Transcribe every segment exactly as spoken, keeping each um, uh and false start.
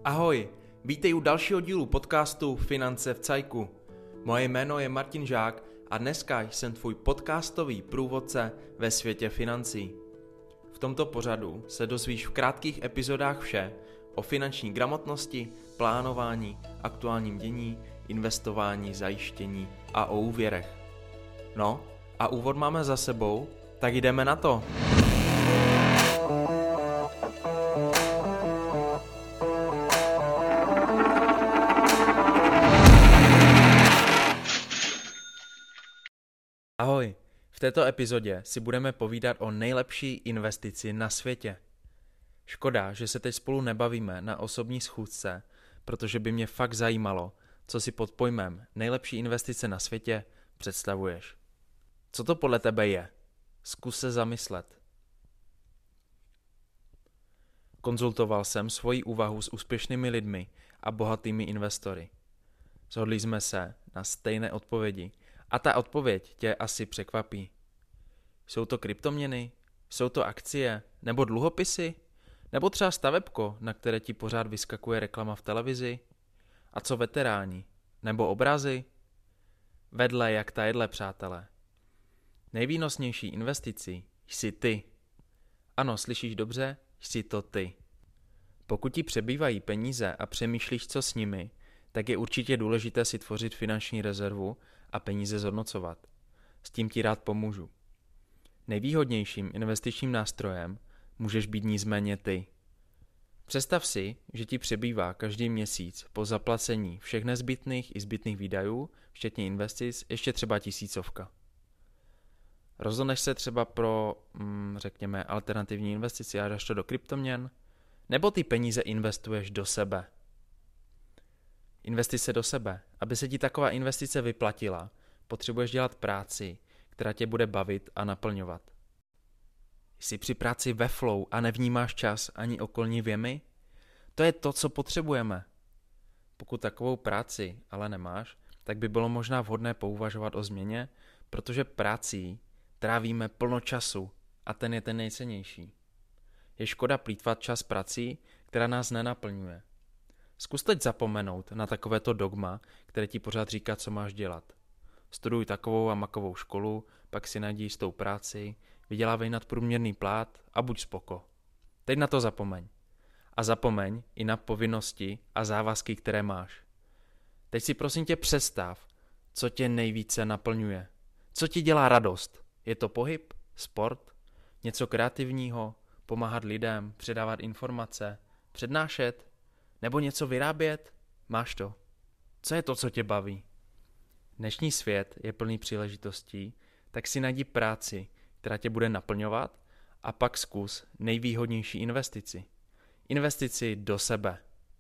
Ahoj, vítej u dalšího dílu podcastu Finance v cajku. Moje jméno je Martin Žák a dneska jsem tvůj podcastový průvodce ve světě financí. V tomto pořadu se dozvíš v krátkých epizodách vše o finanční gramotnosti, plánování, aktuálním dění, investování, zajištění a o úvěrech. No a úvod máme za sebou, tak jdeme na to. Ahoj, v této epizodě si budeme povídat o nejlepší investici na světě. Škoda, že se teď spolu nebavíme na osobní schůzce, protože by mě fakt zajímalo, co si pod pojmem nejlepší investice na světě představuješ. Co to podle tebe je? Zkus se zamyslet. Konzultoval jsem svoji úvahu s úspěšnými lidmi a bohatými investory. Shodli jsme se na stejné odpovědi a ta odpověď tě asi překvapí. Jsou to kryptoměny? Jsou to akcie? Nebo dluhopisy? Nebo třeba stavebko, na které ti pořád vyskakuje reklama v televizi? A co veteráni? Nebo obrazy? Vedle jak ta jedle, přátelé. Nejvýnosnější investicí jsi ty. Ano, slyšíš dobře? Jsi to ty. Pokud ti přebývají peníze a přemýšlíš, co s nimi, tak je určitě důležité si tvořit finanční rezervu a peníze zhodnocovat. S tím ti rád pomůžu. Nejvýhodnějším investičním nástrojem můžeš být nicméně ty. Představ si, že ti přebývá každý měsíc po zaplacení všech nezbytných i zbytných výdajů, včetně investic, ještě třeba tisícovka. Rozhodneš se třeba pro, mm, řekněme, alternativní investici a dáš to do kryptoměn, nebo ty peníze investuješ do sebe? Investice do sebe. Aby se ti taková investice vyplatila, potřebuješ dělat práci, která tě bude bavit a naplňovat. Jsi při práci ve flow a nevnímáš čas ani okolní věmy? To je to, co potřebujeme. Pokud takovou práci ale nemáš, tak by bylo možná vhodné pouvažovat o změně, protože prací trávíme plno času a ten je ten nejcennější. Je škoda plýtvat čas prací, která nás nenaplňuje. Zkus teď zapomenout na takovéto dogma, které ti pořád říká, co máš dělat. Studuj takovou a makovou školu, pak si najdi jistou práci, vydělávej nadprůměrný plát a buď spoko. Teď na to zapomeň. A zapomeň i na povinnosti a závazky, které máš. Teď si prosím tě představ, co tě nejvíce naplňuje. Co ti dělá radost? Je to pohyb, sport, něco kreativního, pomáhat lidem, předávat informace, přednášet, nebo něco vyrábět? Máš to. Co je to, co tě baví? Dnešní svět je plný příležitostí, tak si najdi práci, která tě bude naplňovat a pak zkus nejvýhodnější investici. Investici do sebe.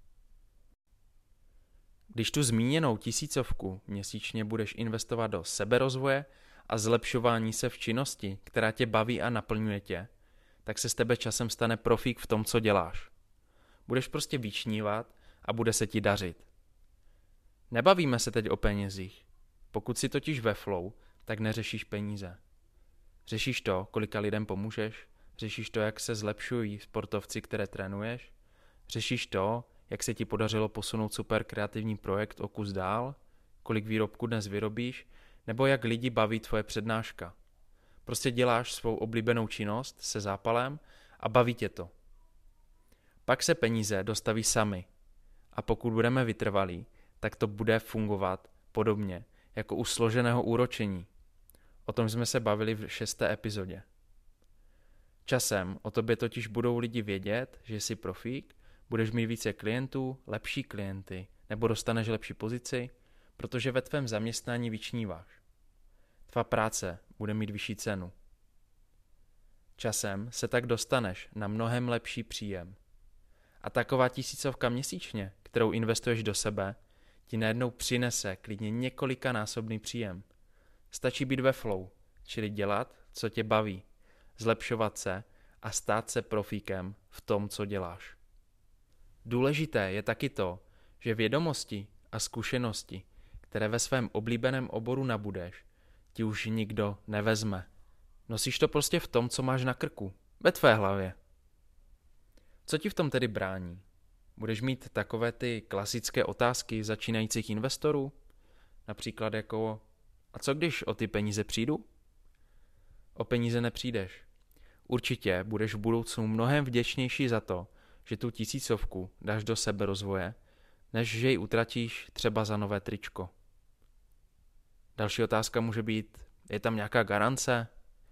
Když tu zmíněnou tisícovku měsíčně budeš investovat do seberozvoje a zlepšování se v činnosti, která tě baví a naplňuje tě, tak se z tebe časem stane profík v tom, co děláš. Budeš prostě vyčnívat a bude se ti dařit. Nebavíme se teď o penězích. Pokud si totiž ve flow, tak neřešíš peníze. Řešíš to, kolika lidem pomůžeš, řešíš to, jak se zlepšují sportovci, které trénuješ, řešíš to, jak se ti podařilo posunout super kreativní projekt o kus dál, kolik výrobků dnes vyrobíš, nebo jak lidi baví tvoje přednáška. Prostě děláš svou oblíbenou činnost se zápalem a baví tě to. Pak se peníze dostaví sami a pokud budeme vytrvalí, tak to bude fungovat podobně jako u složeného úročení. O tom jsme se bavili v šesté epizodě. Časem o tobě totiž budou lidi vědět, že jsi profík, budeš mít více klientů, lepší klienty, nebo dostaneš lepší pozici, protože ve tvém zaměstnání vyčníváš. Tvá práce bude mít vyšší cenu. Časem se tak dostaneš na mnohem lepší příjem. A taková tisícovka měsíčně, kterou investuješ do sebe, ti najednou přinese klidně několikanásobný příjem. Stačí být ve flow, čili dělat, co tě baví, zlepšovat se a stát se profíkem v tom, co děláš. Důležité je taky to, že vědomosti a zkušenosti, které ve svém oblíbeném oboru nabudeš, ti už nikdo nevezme. Nosíš to prostě v tom, co máš na krku, ve tvé hlavě. Co ti v tom tedy brání? Budeš mít takové ty klasické otázky začínajících investorů? Například jako, a co když o ty peníze přijdu? O peníze nepřijdeš. Určitě budeš v budoucnu mnohem vděčnější za to, že tu tisícovku dáš do seberozvoje, než že ji utratíš třeba za nové tričko. Další otázka může být, je tam nějaká garance?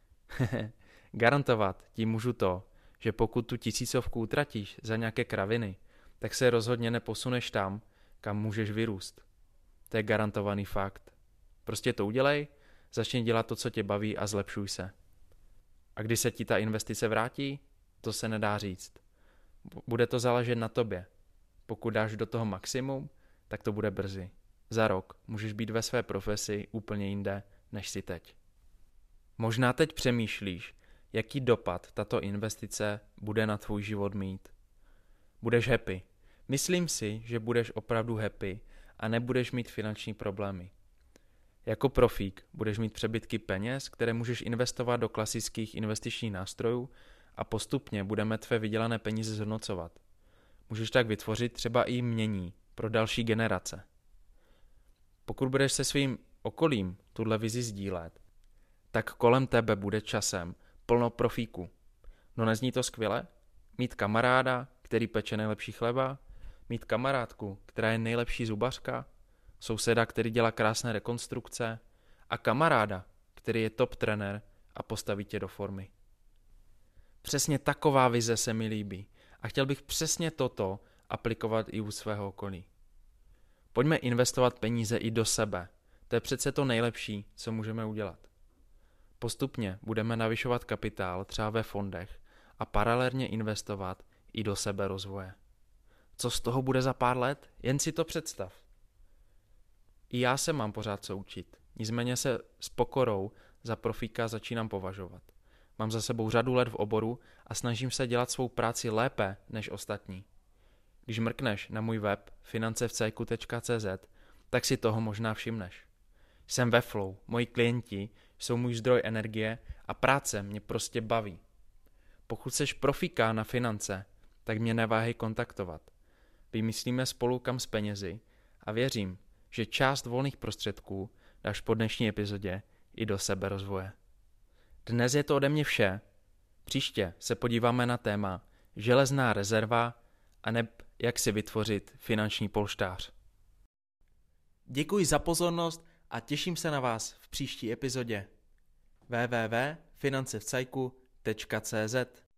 Garantovat ti můžu to, že pokud tu tisícovku utratíš za nějaké kraviny, tak se rozhodně neposuneš tam, kam můžeš vyrůst. To je garantovaný fakt. Prostě to udělej, začni dělat to, co tě baví a zlepšuj se. A když se ti ta investice vrátí, to se nedá říct. Bude to záležet na tobě. Pokud dáš do toho maximum, tak to bude brzy. Za rok můžeš být ve své profesi úplně jinde, než jsi teď. Možná teď přemýšlíš, jaký dopad tato investice bude na tvůj život mít. Budeš happy. Myslím si, že budeš opravdu happy a nebudeš mít finanční problémy. Jako profík budeš mít přebytky peněz, které můžeš investovat do klasických investičních nástrojů a postupně budeme tvé vydělané peníze zhodnocovat. Můžeš tak vytvořit třeba i jmění pro další generace. Pokud budeš se svým okolím tuhle vizi sdílet, tak kolem tebe bude časem plno profíků. No nezní to skvěle? Mít kamaráda, který peče nejlepší chleba, mít kamarádku, která je nejlepší zubařka, souseda, který dělá krásné rekonstrukce a kamaráda, který je top trenér a postaví tě do formy. Přesně taková vize se mi líbí a chtěl bych přesně toto aplikovat i u svého okolí. Pojďme investovat peníze i do sebe. To je přece to nejlepší, co můžeme udělat. Postupně budeme navyšovat kapitál třeba ve fondech a paralelně investovat i do sebe rozvoje. Co z toho bude za pár let? Jen si to představ. I já se mám pořád co učit, nicméně se s pokorou za profíka začínám považovat. Mám za sebou řadu let v oboru a snažím se dělat svou práci lépe než ostatní. Když mrkneš na můj web finance v cajku tečka cé zet, tak si toho možná všimneš. Jsem ve flow, moji klienti jsou můj zdroj energie a práce mě prostě baví. Pokud seš profíka na finance, tak mě neváhej kontaktovat. Vymyslíme spolu kam s penězi a věřím, že část volných prostředků dáš po dnešní epizodě i do seberozvoje. Dnes je to ode mě vše. Příště se podíváme na téma železná rezerva a neb jak si vytvořit finanční polštář. Děkuji za pozornost a těším se na vás v příští epizodě. w w w tečka finance v cajku tečka cé zet